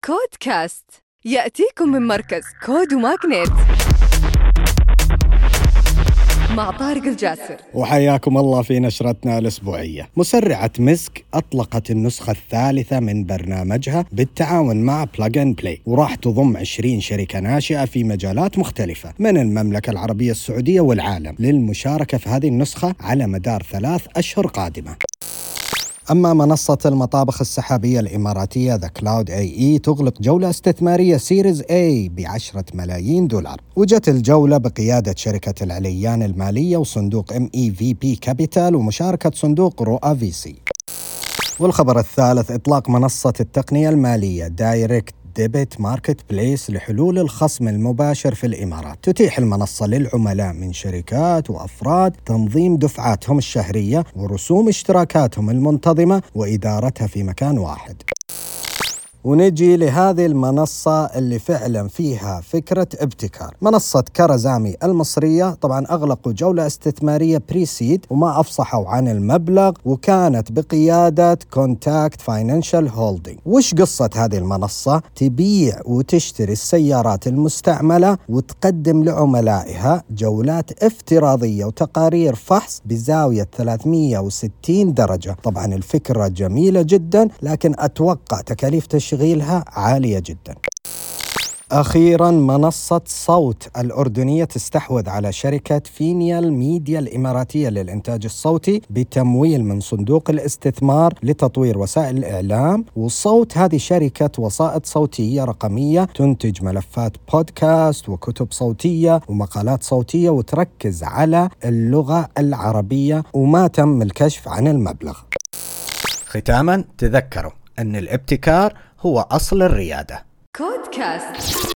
كودكاست يأتيكم من مركز كود وماغنيت مع طارق الجاسر. وحياكم الله في نشرتنا الأسبوعية. مسرعة مسك أطلقت النسخة الثالثة من برنامجها بالتعاون مع بلاج اند بلاي، وراح تضم 20 شركة ناشئة في مجالات مختلفة من المملكة العربية السعودية والعالم للمشاركة في هذه النسخة على مدار 3 أشهر قادمة. أما منصة المطابخ السحابية الإماراتية The Cloud AE تغلق جولة استثمارية سيريز A ب10 ملايين دولار، وجت الجولة بقيادة شركة العليان المالية وصندوق MEVP Capital ومشاركة صندوق رؤى VC. والخبر الثالث إطلاق منصة التقنية المالية دايركت ديبت ماركت بليس لحلول الخصم المباشر في الإمارات. تتيح المنصة للعملاء من شركات وأفراد تنظيم دفعاتهم الشهرية ورسوم اشتراكاتهم المنتظمة وإدارتها في مكان واحد. ونجي لهذه المنصة اللي فعلا فيها فكرة ابتكار، منصة كرزامي المصرية. طبعا أغلقوا جولة استثمارية بريسيد وما أفصحوا عن المبلغ، وكانت بقيادة كونتاكت فاينانشال هولدينج. وش قصة هذه المنصة؟ تبيع وتشتري السيارات المستعملة وتقدم لعملائها جولات افتراضية وتقارير فحص بزاوية 360 درجة. طبعا الفكرة جميلة جدا، لكن أتوقع تكاليف تشغيلها عالية جدا. أخيراً منصة صوت الأردنية تستحوذ على شركة فينيال ميديا الإماراتية للإنتاج الصوتي بتمويل من صندوق الاستثمار لتطوير وسائل الإعلام. وصوت هذه شركة وسائط صوتية رقمية تنتج ملفات بودكاست وكتب صوتية ومقالات صوتية، وتركز على اللغة العربية، وما تم الكشف عن المبلغ. ختاماً تذكروا أن الابتكار هو أصل الريادة. كودكاست.